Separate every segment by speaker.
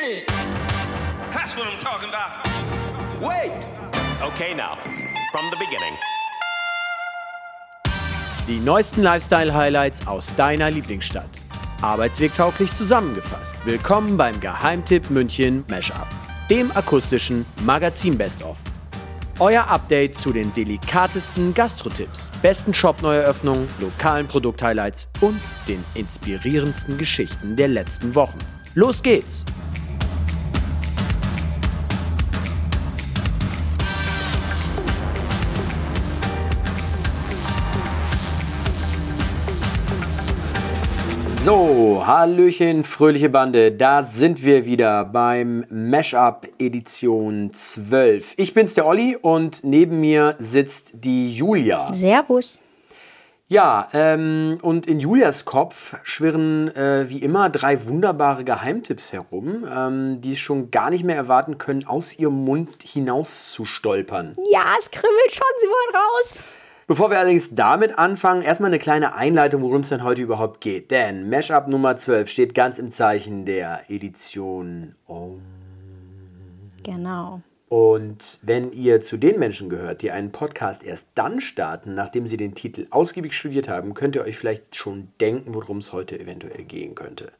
Speaker 1: shit. That's what I'm talking about.
Speaker 2: Wait! Okay, now, from the beginning. Die neuesten Lifestyle-Highlights aus deiner Lieblingsstadt. Arbeitswegtauglich zusammengefasst. Willkommen beim Geheimtipp München Mashup, dem akustischen Magazin Best-of. Euer Update zu den delikatesten Gastrotipps, besten Shop-Neueröffnungen, lokalen Produkt-Highlights und den inspirierendsten Geschichten der letzten Wochen. Los geht's! So, hallöchen, fröhliche Bande, da sind wir wieder beim Mashup Edition 12. Ich bin's, der Olli, und neben mir sitzt die Julia.
Speaker 3: Servus.
Speaker 2: Ja, und in Julias Kopf schwirren wie immer 3 wunderbare Geheimtipps herum, die es schon gar nicht mehr erwarten können, aus ihrem Mund hinaus zu stolpern.
Speaker 3: Ja, es kribbelt schon, sie wollen raus.
Speaker 2: Bevor wir allerdings damit anfangen, erstmal eine kleine Einleitung, worum es denn heute überhaupt geht. Denn Mashup Nummer 12 steht ganz im Zeichen der Edition Om.
Speaker 3: Genau.
Speaker 2: Und wenn ihr zu den Menschen gehört, die einen Podcast erst dann starten, nachdem sie den Titel ausgiebig studiert haben, könnt ihr euch vielleicht schon denken, worum es heute eventuell gehen könnte.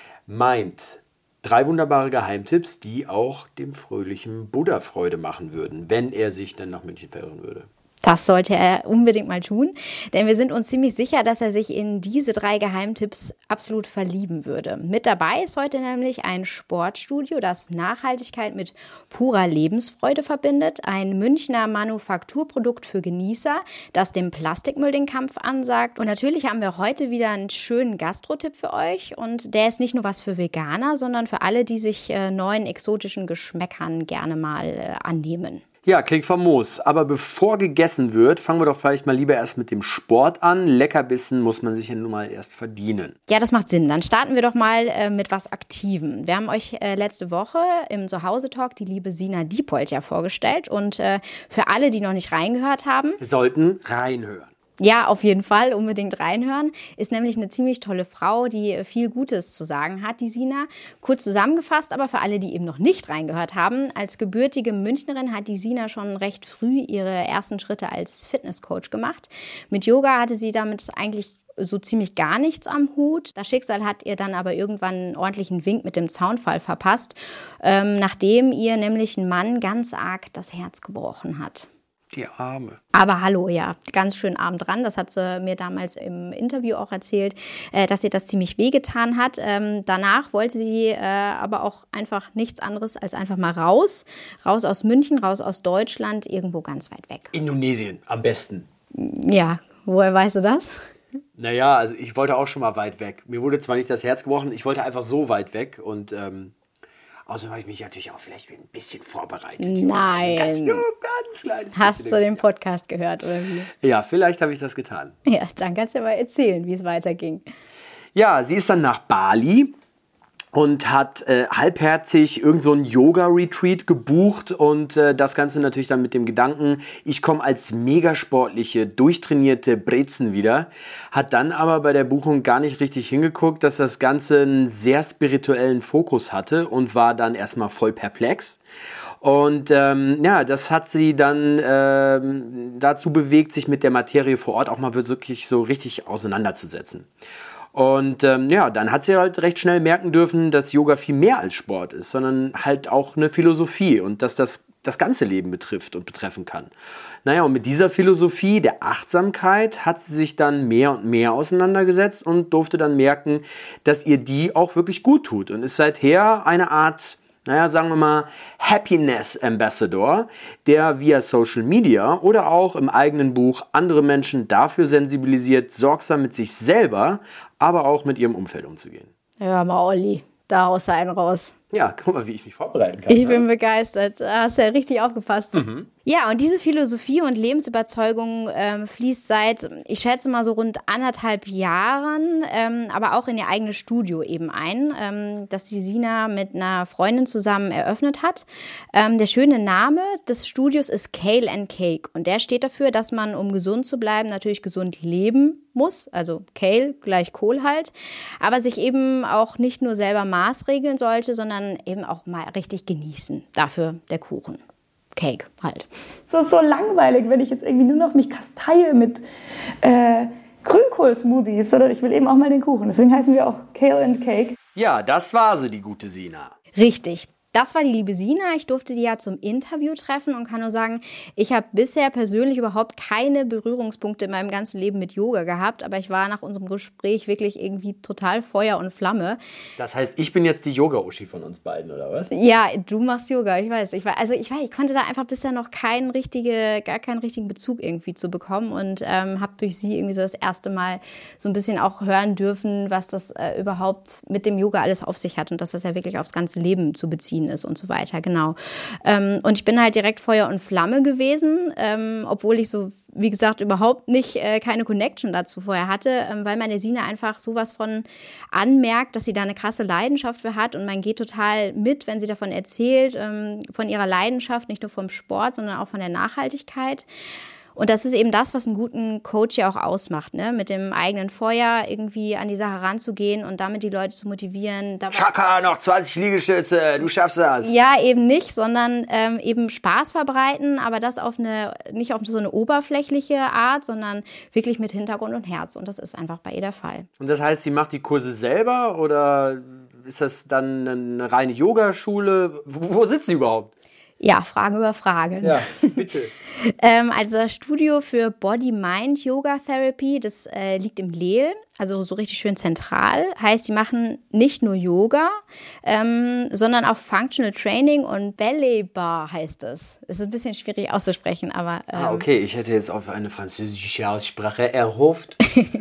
Speaker 2: Meint 3 wunderbare Geheimtipps, die auch dem fröhlichen Buddha Freude machen würden, wenn er sich dann nach München verirren würde.
Speaker 3: Das sollte er unbedingt mal tun, denn wir sind uns ziemlich sicher, dass er sich in diese 3 Geheimtipps absolut verlieben würde. Mit dabei ist heute nämlich ein Sportstudio, das Nachhaltigkeit mit purer Lebensfreude verbindet, ein Münchner Manufakturprodukt für Genießer, das dem Plastikmüll den Kampf ansagt. Und natürlich haben wir heute wieder einen schönen Gastrotipp für euch, und der ist nicht nur was für Veganer, sondern für alle, die sich neuen exotischen Geschmäckern gerne mal annehmen.
Speaker 2: Ja, klingt famos. Aber bevor gegessen wird, fangen wir doch vielleicht mal lieber erst mit dem Sport an. Leckerbissen muss man sich ja nun mal erst verdienen.
Speaker 3: Ja, das macht Sinn. Dann starten wir doch mal mit was Aktivem. Wir haben euch letzte Woche im Zuhause-Talk die liebe Sina Diepold ja vorgestellt. Und für alle, die noch nicht reingehört haben,
Speaker 2: Wir sollten reinhören.
Speaker 3: ja, auf jeden Fall unbedingt reinhören. Ist nämlich eine ziemlich tolle Frau, die viel Gutes zu sagen hat, die Sina. Kurz zusammengefasst, aber für alle, die eben noch nicht reingehört haben, als gebürtige Münchnerin hat die Sina schon recht früh ihre ersten Schritte als Fitnesscoach gemacht. Mit Yoga hatte sie damit eigentlich so ziemlich gar nichts am Hut. Das Schicksal hat ihr dann aber irgendwann einen ordentlichen Wink mit dem Zaunfall verpasst, nachdem ihr nämlich ein Mann ganz arg das Herz gebrochen hat.
Speaker 2: Die Arme.
Speaker 3: Aber hallo, ja, ganz schön arm dran. Das hat sie mir damals im Interview auch erzählt, dass ihr das ziemlich wehgetan hat. Danach wollte sie aber auch einfach nichts anderes als einfach mal raus. Raus aus München, raus aus Deutschland, irgendwo ganz weit weg.
Speaker 2: Indonesien, am besten.
Speaker 3: Ja, woher weißt du das?
Speaker 2: Naja, also ich wollte auch schon mal weit weg. Mir wurde zwar nicht das Herz gebrochen, ich wollte einfach so weit weg. Und außerdem habe ich mich natürlich auch vielleicht ein bisschen vorbereitet.
Speaker 3: Nein.
Speaker 2: Ganz kleines
Speaker 3: Hast
Speaker 2: bisschen.
Speaker 3: du den Podcast gehört, oder wie?
Speaker 2: Ja, vielleicht habe ich das getan.
Speaker 3: Ja, dann kannst du ja mal erzählen, wie es weiterging.
Speaker 2: Ja, sie ist dann nach Bali und hat halbherzig irgend so ein Yoga-Retreat gebucht und das Ganze natürlich dann mit dem Gedanken, ich komme als megasportliche, durchtrainierte Brezen wieder. Hat dann aber bei der Buchung gar nicht richtig hingeguckt, dass das Ganze einen sehr spirituellen Fokus hatte und war dann erstmal voll perplex. Und ja, das hat sie dann dazu bewegt, sich mit der Materie vor Ort auch mal wirklich so richtig auseinanderzusetzen. Und ja, dann hat sie halt recht schnell merken dürfen, dass Yoga viel mehr als Sport ist, sondern halt auch eine Philosophie und dass das ganze Leben betrifft und betreffen kann. Naja, und mit dieser Philosophie der Achtsamkeit hat sie sich dann mehr und mehr auseinandergesetzt und durfte dann merken, dass ihr die auch wirklich gut tut und ist seither eine Art, naja, sagen wir mal, Happiness Ambassador, der via Social Media oder auch im eigenen Buch andere Menschen dafür sensibilisiert, sorgsam mit sich selber, aber auch mit ihrem Umfeld umzugehen.
Speaker 3: Ja, mal Olli, da haust du einen raus.
Speaker 2: Ja, guck mal, wie ich mich vorbereiten kann.
Speaker 3: Ich bin begeistert. Da hast du ja richtig aufgepasst. Ja, und diese Philosophie und Lebensüberzeugung fließt seit, ich schätze mal so rund 1,5 Jahren, aber auch in ihr eigenes Studio eben ein, das die Sina mit einer Freundin zusammen eröffnet hat. Der schöne Name des Studios ist Kale and Cake und der steht dafür, dass man, um gesund zu bleiben, natürlich gesund leben muss, also Kale gleich Kohl halt, aber sich eben auch nicht nur selber maßregeln sollte, sondern dann eben auch mal richtig genießen. Dafür der Kuchen. Cake halt.
Speaker 4: Es ist so langweilig, wenn ich jetzt irgendwie nur noch mich kasteie mit Grünkohl-Smoothies, sondern ich will eben auch mal den Kuchen. Deswegen heißen wir auch Kale and Cake.
Speaker 2: Ja, das war sie, die gute Sina.
Speaker 3: Richtig. Das war die liebe Sina. Ich durfte die ja zum Interview treffen und kann nur sagen, ich habe bisher persönlich überhaupt keine Berührungspunkte in meinem ganzen Leben mit Yoga gehabt, aber ich war nach unserem Gespräch wirklich irgendwie total Feuer und Flamme.
Speaker 2: Das heißt, ich bin jetzt die Yoga-Uschi von uns beiden, oder was?
Speaker 3: Ja, du machst Yoga, ich weiß. Ich konnte da einfach bisher noch gar keinen richtigen Bezug irgendwie zu bekommen und habe durch sie irgendwie so das erste Mal so ein bisschen auch hören dürfen, was das überhaupt mit dem Yoga alles auf sich hat und dass das ja wirklich aufs ganze Leben zu beziehen ist und so weiter, genau. Und ich bin halt direkt Feuer und Flamme gewesen, obwohl ich so, wie gesagt, überhaupt nicht keine Connection dazu vorher hatte, weil meine Sina einfach sowas von anmerkt, dass sie da eine krasse Leidenschaft für hat und man geht total mit, wenn sie davon erzählt, von ihrer Leidenschaft, nicht nur vom Sport, sondern auch von der Nachhaltigkeit. Und das ist eben das, was einen guten Coach ja auch ausmacht, ne? Mit dem eigenen Feuer irgendwie an die Sache ranzugehen und damit die Leute zu motivieren.
Speaker 2: Chaka, noch 20 Liegestütze, du schaffst das.
Speaker 3: Ja, eben nicht, sondern eben Spaß verbreiten, aber das nicht auf so eine oberflächliche Art, sondern wirklich mit Hintergrund und Herz. Und das ist einfach bei ihr der Fall.
Speaker 2: Und das heißt, sie macht die Kurse selber oder ist das dann eine reine Yogaschule? Wo sitzt sie überhaupt?
Speaker 3: Ja, Fragen über Fragen.
Speaker 2: Ja, bitte.
Speaker 3: Also das Studio für Body-Mind-Yoga-Therapy, das liegt im Lehl, also so richtig schön zentral. Heißt, die machen nicht nur Yoga, sondern auch Functional Training und Ballet Bar heißt es. Ist ein bisschen schwierig auszusprechen, aber...
Speaker 2: okay, ich hätte jetzt auf eine französische Aussprache erhofft.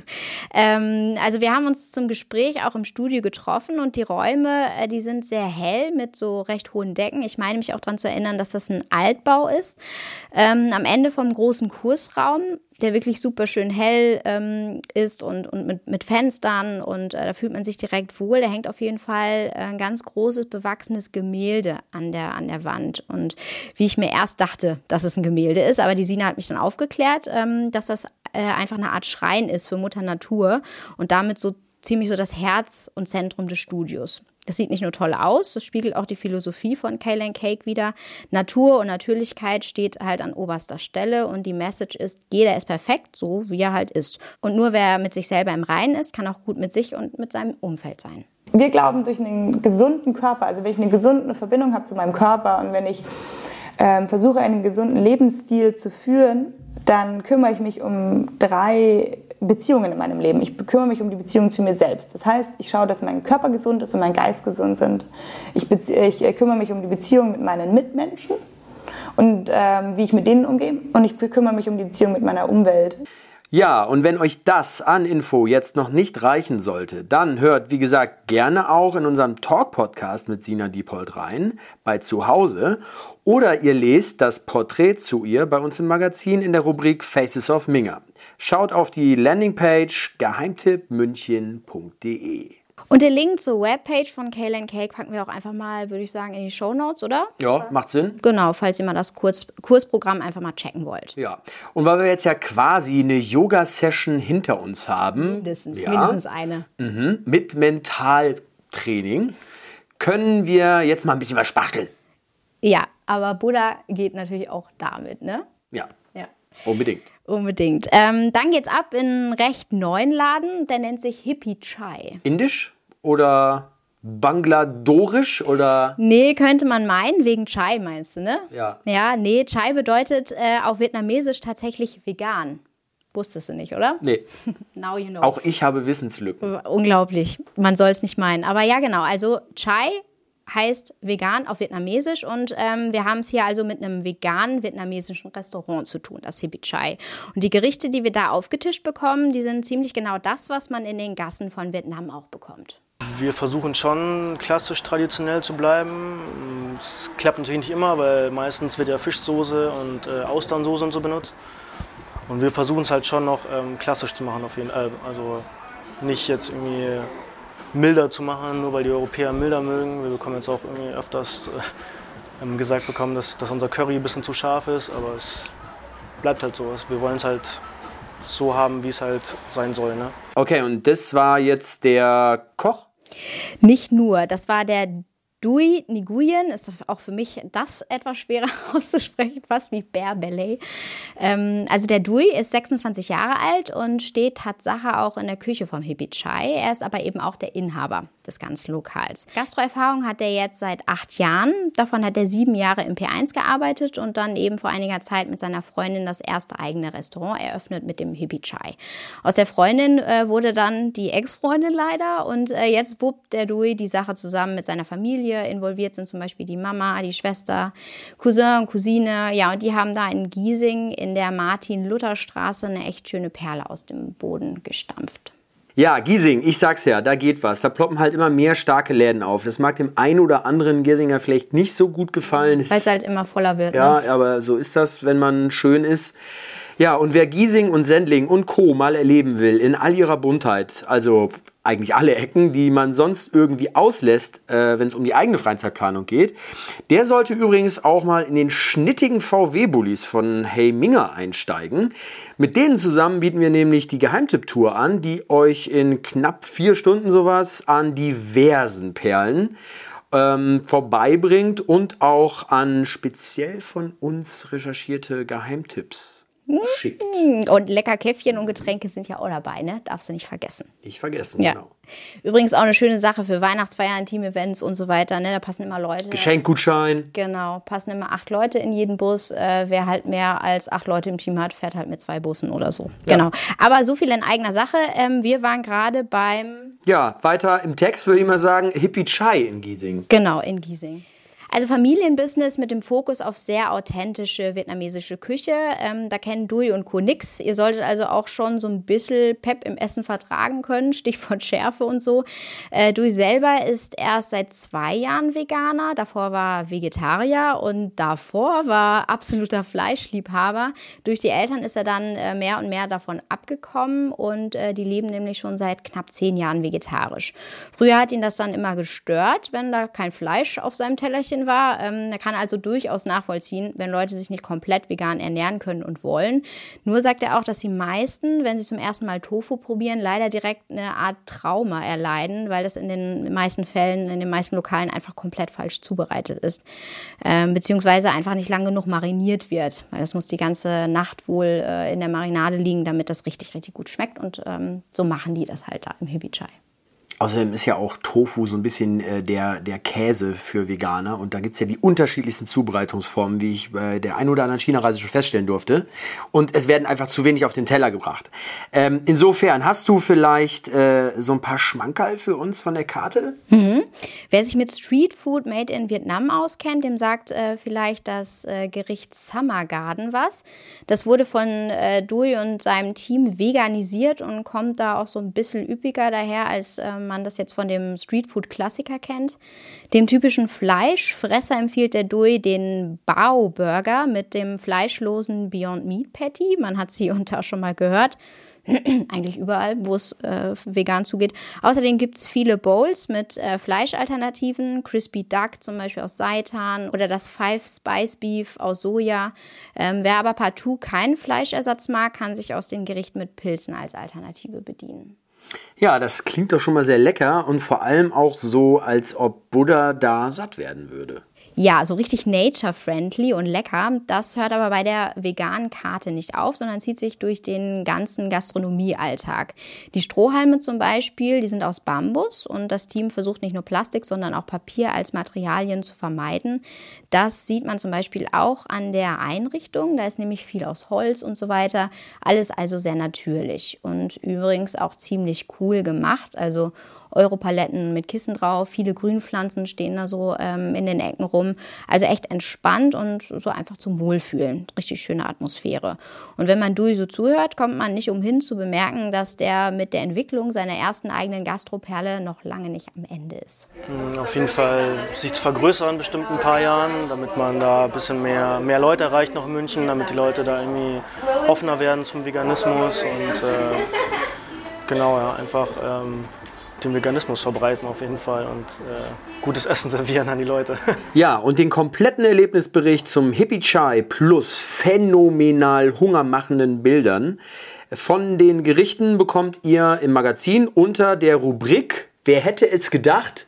Speaker 3: Also wir haben uns zum Gespräch auch im Studio getroffen und die Räume, die sind sehr hell mit so recht hohen Decken. Ich meine mich auch daran zu erinnern, dass das ein Altbau ist. Am Ende vom großen Kursraum, der wirklich super schön hell ist und mit Fenstern und da fühlt man sich direkt wohl. Da hängt auf jeden Fall ein ganz großes, bewachsenes Gemälde an der Wand. Und wie ich mir erst dachte, dass es ein Gemälde ist, aber die Sina hat mich dann aufgeklärt, dass das einfach eine Art Schrein ist für Mutter Natur und damit so ziemlich so das Herz und Zentrum des Studios. Das sieht nicht nur toll aus, das spiegelt auch die Philosophie von Kale and Cake wider. Natur und Natürlichkeit steht halt an oberster Stelle und die Message ist, jeder ist perfekt, so wie er halt ist. Und nur wer mit sich selber im Reinen ist, kann auch gut mit sich und mit seinem Umfeld sein.
Speaker 4: Wir glauben, durch einen gesunden Körper, also wenn ich eine gesunde Verbindung habe zu meinem Körper und wenn ich versuche, einen gesunden Lebensstil zu führen, dann kümmere ich mich um 3 Beziehungen in meinem Leben. Ich kümmere mich um die Beziehung zu mir selbst. Das heißt, ich schaue, dass mein Körper gesund ist und mein Geist gesund sind. Ich kümmere mich um die Beziehung mit meinen Mitmenschen und wie ich mit denen umgehe. Und ich kümmere mich um die Beziehung mit meiner Umwelt.
Speaker 2: Ja, und wenn euch das an Info jetzt noch nicht reichen sollte, dann hört, wie gesagt, gerne auch in unserem Talk-Podcast mit Sina Diepold rein, bei Zuhause. Oder ihr lest das Porträt zu ihr bei uns im Magazin in der Rubrik Faces of Minga. Schaut auf die Landingpage geheimtippmünchen.de.
Speaker 3: Und den Link zur Webpage von Kale and Cake packen wir auch einfach mal, würde ich sagen, in die Shownotes, oder?
Speaker 2: Ja, macht Sinn.
Speaker 3: Genau, falls ihr mal das Kursprogramm einfach mal checken wollt.
Speaker 2: Ja, und weil wir jetzt ja quasi eine Yoga-Session hinter uns haben.
Speaker 3: Mindestens eine.
Speaker 2: Mit Mentaltraining können wir jetzt mal ein bisschen was spachteln.
Speaker 3: Ja, aber Buddha geht natürlich auch damit, ne?
Speaker 2: Ja. Unbedingt.
Speaker 3: Dann geht's ab in einen recht neuen Laden, der nennt sich Hippie Chai.
Speaker 2: Indisch oder bangladorisch oder?
Speaker 3: Nee, könnte man meinen, wegen Chai meinst du, ne?
Speaker 2: Ja.
Speaker 3: Ja, nee, Chai bedeutet auf Vietnamesisch tatsächlich vegan. Wusstest du nicht, oder?
Speaker 2: Nee.
Speaker 3: Now you know.
Speaker 2: Auch ich habe Wissenslücken.
Speaker 3: Unglaublich, man soll es nicht meinen. Aber ja, genau, also Chai heißt vegan auf Vietnamesisch und wir haben es hier also mit einem veganen vietnamesischen Restaurant zu tun, das Hippie Chai. Und die Gerichte, die wir da aufgetischt bekommen, die sind ziemlich genau das, was man in den Gassen von Vietnam auch bekommt.
Speaker 5: Wir versuchen schon klassisch traditionell zu bleiben. Es klappt natürlich nicht immer, weil meistens wird ja Fischsoße und Austernsoße und so benutzt. Und wir versuchen es halt schon noch klassisch zu machen auf jeden Fall. Also nicht jetzt irgendwie milder zu machen, nur weil die Europäer milder mögen. Wir bekommen jetzt auch irgendwie öfters gesagt bekommen, dass unser Curry ein bisschen zu scharf ist, aber es bleibt halt so. Wir wollen es halt so haben, wie es halt sein soll. Ne?
Speaker 2: Okay, und das war jetzt der Koch?
Speaker 3: Nicht nur, das war der Dui Nguyen ist auch für mich das etwas schwerer auszusprechen, fast wie Bear Ballet. Also der Dui ist 26 Jahre alt und steht Tatsache auch in der Küche vom Hippie Chai. Er ist aber eben auch der Inhaber des ganzen Lokals. Gastroerfahrung hat er jetzt seit 8 Jahren. Davon hat er 7 Jahre im P1 gearbeitet und dann eben vor einiger Zeit mit seiner Freundin das erste eigene Restaurant eröffnet mit dem Hippie Chai. Aus der Freundin wurde dann die Ex-Freundin leider und jetzt wuppt der Dui die Sache zusammen mit seiner Familie. Involviert sind zum Beispiel die Mama, die Schwester, Cousin und Cousine. Ja, und die haben da in Giesing in der Martin-Luther-Straße eine echt schöne Perle aus dem Boden gestampft.
Speaker 2: Ja, Giesing, ich sag's ja, da geht was. Da ploppen halt immer mehr starke Läden auf. Das mag dem einen oder anderen Giesinger vielleicht nicht so gut gefallen.
Speaker 3: Weil es halt immer voller wird.
Speaker 2: Ja,
Speaker 3: ne?
Speaker 2: Aber so ist das, wenn man schön ist. Ja, und wer Giesing und Sendling und Co. mal erleben will, in all ihrer Buntheit, also eigentlich alle Ecken, die man sonst irgendwie auslässt, wenn es um die eigene Freizeitplanung geht, der sollte übrigens auch mal in den schnittigen VW-Bullis von Hey Minger einsteigen. Mit denen zusammen bieten wir nämlich die Geheimtipp-Tour an, die euch in knapp 4 Stunden sowas an diversen Perlen vorbeibringt und auch an speziell von uns recherchierte Geheimtipps schickt.
Speaker 3: Und lecker Käffchen und Getränke sind ja auch dabei, ne? Darfst du nicht vergessen.
Speaker 2: Nicht vergessen,
Speaker 3: ja.
Speaker 2: Genau.
Speaker 3: Übrigens auch eine schöne Sache für Weihnachtsfeiern, Team-Events und so weiter, ne? Da passen immer Leute.
Speaker 2: Geschenkgutschein.
Speaker 3: Genau, passen immer 8 Leute in jeden Bus. Wer halt mehr als 8 Leute im Team hat, fährt halt mit 2 Bussen oder so. Ja. Genau. Aber so viel in eigener Sache. Wir waren gerade beim...
Speaker 2: Ja, weiter im Text würde ich mal sagen, Hippie Chai in Giesing.
Speaker 3: Genau, in Giesing. Also Familienbusiness mit dem Fokus auf sehr authentische vietnamesische Küche. Da kennen Dui und Co. nix. Ihr solltet also auch schon so ein bisschen Pep im Essen vertragen können. Stichwort Schärfe und so. Dui selber ist erst seit 2 Jahren Veganer. Davor war Vegetarier und davor war absoluter Fleischliebhaber. Durch die Eltern ist er dann mehr und mehr davon abgekommen und die leben nämlich schon seit knapp 10 Jahren vegetarisch. Früher hat ihn das dann immer gestört, wenn da kein Fleisch auf seinem Tellerchen war. Er kann also durchaus nachvollziehen, wenn Leute sich nicht komplett vegan ernähren können und wollen. Nur sagt er auch, dass die meisten, wenn sie zum ersten Mal Tofu probieren, leider direkt eine Art Trauma erleiden, weil das in den meisten Fällen, in den meisten Lokalen einfach komplett falsch zubereitet ist. Beziehungsweise einfach nicht lang genug mariniert wird, weil das muss die ganze Nacht wohl in der Marinade liegen, damit das richtig, richtig gut schmeckt und so machen die das halt da im Hippie Chai.
Speaker 2: Außerdem ist ja auch Tofu so ein bisschen der Käse für Veganer. Und da gibt es ja die unterschiedlichsten Zubereitungsformen, wie ich bei der einen oder anderen China-Reise schon feststellen durfte. Und es werden einfach zu wenig auf den Teller gebracht. Insofern, hast du vielleicht so ein paar Schmankerl für uns von der Karte?
Speaker 3: Wer sich mit Street Food made in Vietnam auskennt, dem sagt vielleicht das Gericht Summer Garden was. Das wurde von Dui und seinem Team veganisiert und kommt da auch so ein bisschen üppiger daher, als man das jetzt von dem Streetfood-Klassiker kennt. Dem typischen Fleischfresser empfiehlt der Dui den Bao-Burger mit dem fleischlosen Beyond Meat Patty. Man hat sie unter schon mal gehört. Eigentlich überall, wo es vegan zugeht. Außerdem gibt es viele Bowls mit Fleischalternativen. Crispy Duck zum Beispiel aus Seitan oder das Five Spice Beef aus Soja. Wer aber partout keinen Fleischersatz mag, kann sich aus den Gerichten mit Pilzen als Alternative bedienen.
Speaker 2: Ja, das klingt doch schon mal sehr lecker und vor allem auch so, als ob Buddha da satt werden würde.
Speaker 3: Ja, so richtig nature-friendly und lecker. Das hört aber bei der veganen Karte nicht auf, sondern zieht sich durch den ganzen Gastronomiealltag. Die Strohhalme zum Beispiel, die sind aus Bambus und das Team versucht nicht nur Plastik, sondern auch Papier als Materialien zu vermeiden. Das sieht man zum Beispiel auch an der Einrichtung. Da ist nämlich viel aus Holz und so weiter. Alles also sehr natürlich und übrigens auch ziemlich cool gemacht. Also Europaletten mit Kissen drauf, viele Grünpflanzen stehen da so in den Ecken rum. Also echt entspannt und so einfach zum Wohlfühlen. Richtig schöne Atmosphäre. Und wenn man Dui so zuhört, kommt man nicht umhin zu bemerken, dass der mit der Entwicklung seiner ersten eigenen Gastroperle noch lange nicht am Ende ist.
Speaker 5: Auf jeden Fall sich zu vergrößern in bestimmten paar Jahren, damit man da ein bisschen mehr Leute erreicht noch in München, damit die Leute da irgendwie offener werden zum Veganismus und genau, ja, einfach den Veganismus verbreiten auf jeden Fall und gutes Essen servieren an die Leute.
Speaker 2: Ja, und den kompletten Erlebnisbericht zum Hippie Chai plus phänomenal hungermachenden Bildern von den Gerichten bekommt ihr im Magazin unter der Rubrik Wer hätte es gedacht?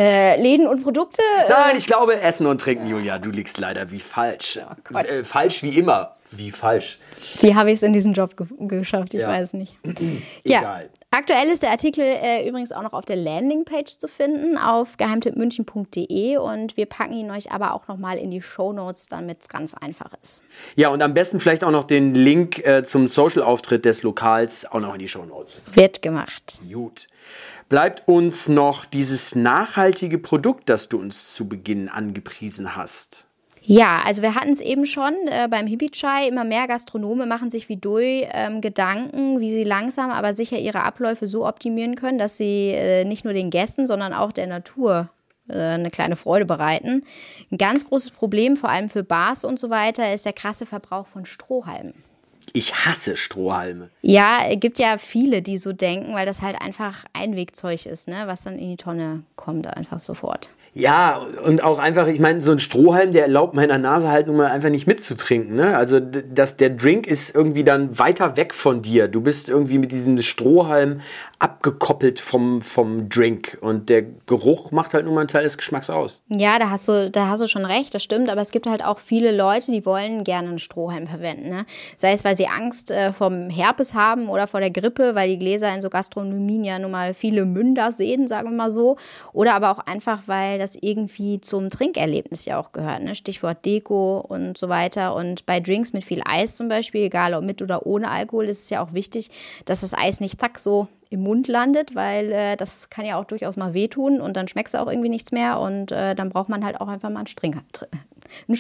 Speaker 3: Läden und Produkte?
Speaker 2: Nein, ich glaube Essen und Trinken, Julia. Du liegst leider wie falsch.
Speaker 3: Oh Gott.
Speaker 2: Falsch wie immer. Wie falsch.
Speaker 3: Wie habe ich es in diesen Job geschafft? Ich weiß nicht.
Speaker 2: Egal.
Speaker 3: Aktuell ist der Artikel übrigens auch noch auf der Landingpage zu finden auf geheimtippmünchen.de und wir packen ihn euch aber auch nochmal in die Shownotes, damit es ganz einfach ist.
Speaker 2: Ja, und am besten vielleicht auch noch den Link zum Social-Auftritt des Lokals auch noch in die Shownotes.
Speaker 3: Wird gemacht.
Speaker 2: Gut. Bleibt uns noch dieses nachhaltige Produkt, das du uns zu Beginn angepriesen hast.
Speaker 3: Ja, also wir hatten es eben schon beim Hippie-Chai. Immer mehr Gastronome machen sich wie Doi Gedanken, wie sie langsam aber sicher ihre Abläufe so optimieren können, dass sie nicht nur den Gästen, sondern auch der Natur eine kleine Freude bereiten. Ein ganz großes Problem, vor allem für Bars und so weiter, ist der krasse Verbrauch von Strohhalmen.
Speaker 2: Ich hasse Strohhalme.
Speaker 3: Ja, es gibt ja viele, die so denken, weil das halt einfach Einwegzeug ist, ne, was dann in die Tonne kommt, einfach sofort.
Speaker 2: Ja, und auch einfach, ich meine, so ein Strohhalm, der erlaubt meiner Nase halt nun mal einfach nicht mitzutrinken. Ne? Also der Drink ist irgendwie dann weiter weg von dir. Du bist irgendwie mit diesem Strohhalm abgekoppelt vom Drink. Und der Geruch macht halt nun mal einen Teil des Geschmacks aus.
Speaker 3: Ja, da hast du schon recht, das stimmt. Aber es gibt halt auch viele Leute, die wollen gerne einen Strohhalm verwenden. Ne? Sei es, weil sie Angst vom Herpes haben oder vor der Grippe, weil die Gläser in so Gastronomien ja nun mal viele Münder sehen, sagen wir mal so. Oder aber auch einfach, weil das irgendwie zum Trinkerlebnis ja auch gehört. Ne? Stichwort Deko und so weiter. Und bei Drinks mit viel Eis zum Beispiel, egal ob mit oder ohne Alkohol, ist es ja auch wichtig, dass das Eis nicht zack so im Mund landet, weil das kann ja auch durchaus mal wehtun und dann schmeckst du auch irgendwie nichts mehr und dann braucht man halt auch einfach mal einen Strinkhalm. Ein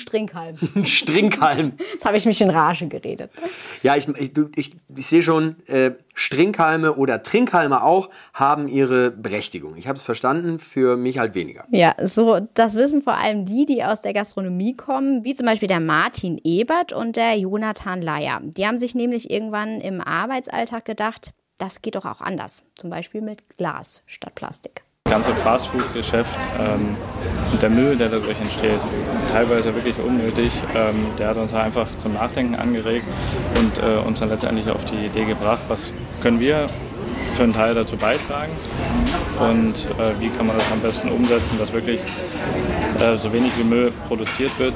Speaker 3: Strinkhalm. Jetzt habe ich mich in Rage geredet.
Speaker 2: Ja, ich sehe schon, Strinkhalme oder Trinkhalme auch haben ihre Berechtigung. Ich habe es verstanden, für mich halt weniger.
Speaker 3: Ja, so das wissen vor allem die aus der Gastronomie kommen, wie zum Beispiel der Martin Ebert und der Jonathan Leier. Die haben sich nämlich irgendwann im Arbeitsalltag gedacht, das geht doch auch anders. Zum Beispiel mit Glas statt Plastik.
Speaker 6: Das ganze Fastfood-Geschäft und der Müll, der dadurch entsteht, teilweise wirklich unnötig, der hat uns einfach zum Nachdenken angeregt und uns dann letztendlich auf die Idee gebracht, was können wir für einen Teil dazu beitragen und wie kann man das am besten umsetzen, dass wirklich so wenig wie Müll produziert wird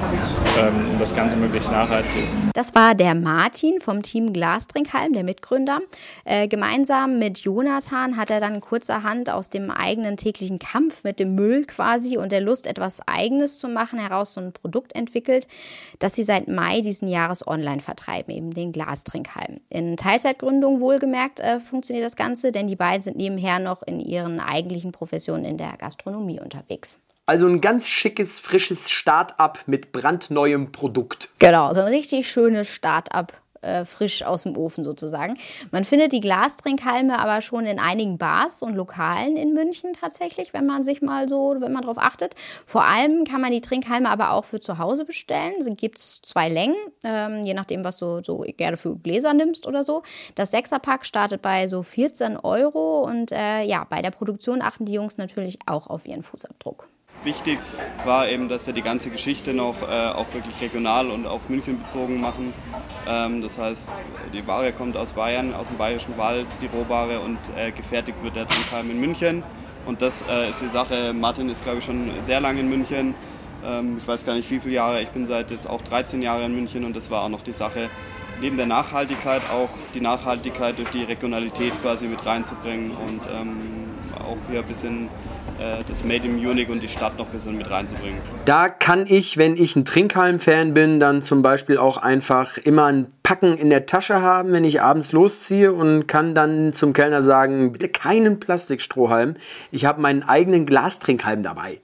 Speaker 6: und das Ganze möglichst nachhaltig ist.
Speaker 3: Das war der Martin vom Team Glastrinkhalm, der Mitgründer. Gemeinsam mit Jonathan hat er dann kurzerhand aus dem eigenen täglichen Kampf mit dem Müll quasi und der Lust, etwas Eigenes zu machen, heraus so ein Produkt entwickelt, das sie seit Mai diesen Jahres online vertreiben, eben den Glastrinkhalm. In Teilzeitgründung wohlgemerkt funktioniert das Ganze, denn die beiden sind nebenher noch in ihren eigentlichen Professionen in der Gastronomie unterwegs.
Speaker 2: Also ein ganz schickes, frisches Start-up mit brandneuem Produkt.
Speaker 3: Genau, so ein richtig schönes Start-up, frisch aus dem Ofen sozusagen. Man findet die Glastrinkhalme aber schon in einigen Bars und Lokalen in München tatsächlich, wenn man drauf achtet. Vor allem kann man die Trinkhalme aber auch für zu Hause bestellen. Es gibt 2 Längen, je nachdem, was du so gerne für Gläser nimmst oder so. Das 6er-Pack startet bei so 14 € und bei der Produktion achten die Jungs natürlich auch auf ihren Fußabdruck.
Speaker 7: Wichtig war eben, dass wir die ganze Geschichte noch auch wirklich regional und auf München bezogen machen. Das heißt, die Ware kommt aus Bayern, aus dem Bayerischen Wald, die Rohware und gefertigt wird der Trinkhalm in München. Und das ist die Sache. Martin ist, glaube ich, schon sehr lange in München. Ich weiß gar nicht, wie viele Jahre. Ich bin seit jetzt auch 13 Jahre in München und das war auch noch die Sache. Neben der Nachhaltigkeit auch die Nachhaltigkeit durch die Regionalität quasi mit reinzubringen und auch hier ein bisschen das Made in Munich und die Stadt noch ein bisschen mit reinzubringen.
Speaker 2: Da kann ich, wenn ich ein Trinkhalm-Fan bin, dann zum Beispiel auch einfach immer ein Packen in der Tasche haben, wenn ich abends losziehe und kann dann zum Kellner sagen, bitte keinen Plastikstrohhalm, ich habe meinen eigenen Glastrinkhalm dabei.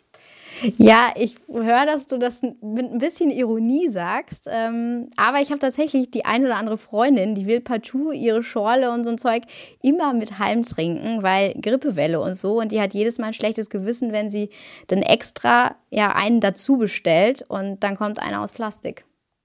Speaker 3: Ja, ich höre, dass du das mit ein bisschen Ironie sagst, aber ich habe tatsächlich die ein oder andere Freundin, die will partout ihre Schorle und so ein Zeug immer mit Halm trinken, weil Grippewelle und so, und die hat jedes Mal ein schlechtes Gewissen, wenn sie dann extra einen dazu bestellt und dann kommt einer aus Plastik.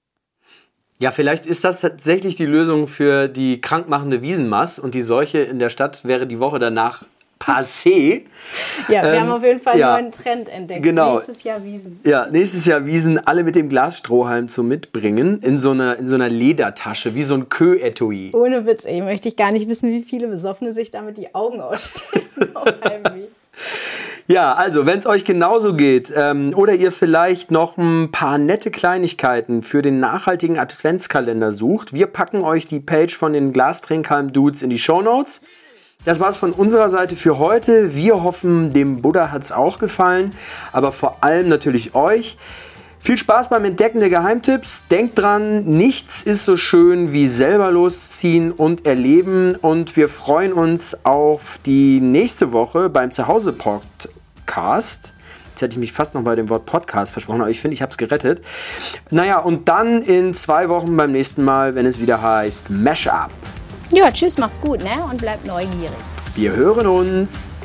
Speaker 2: Ja, vielleicht ist das tatsächlich die Lösung für die krankmachende Wiesenmaß und die Seuche in der Stadt wäre die Woche danach passé.
Speaker 3: Ja, wir haben auf jeden Fall einen neuen Trend entdeckt.
Speaker 2: Genau.
Speaker 3: Nächstes Jahr Wiesn.
Speaker 2: Ja, nächstes Jahr Wiesn, alle mit dem Glasstrohhalm zum Mitbringen, in so einer Ledertasche, wie so ein Kö-Etui.
Speaker 3: Ohne Witz, möchte ich gar nicht wissen, wie viele Besoffene sich damit die Augen ausstellen auf Heimweh.
Speaker 2: Ja, also wenn es euch genauso geht oder ihr vielleicht noch ein paar nette Kleinigkeiten für den nachhaltigen Adventskalender sucht, wir packen euch die Page von den Glastrinkhalm-Dudes in die Shownotes. Das war's von unserer Seite für heute. Wir hoffen, dem Buddha hat's auch gefallen, aber vor allem natürlich euch. Viel Spaß beim Entdecken der Geheimtipps. Denkt dran, nichts ist so schön wie selber losziehen und erleben. Und wir freuen uns auf die nächste Woche beim Zuhause-Podcast. Jetzt hätte ich mich fast noch bei dem Wort Podcast versprochen, aber ich finde, ich habe es gerettet. Naja, und dann in 2 Wochen beim nächsten Mal, wenn es wieder heißt Mashup.
Speaker 3: Ja, tschüss, macht's gut, ne? Und bleibt neugierig.
Speaker 2: Wir hören uns.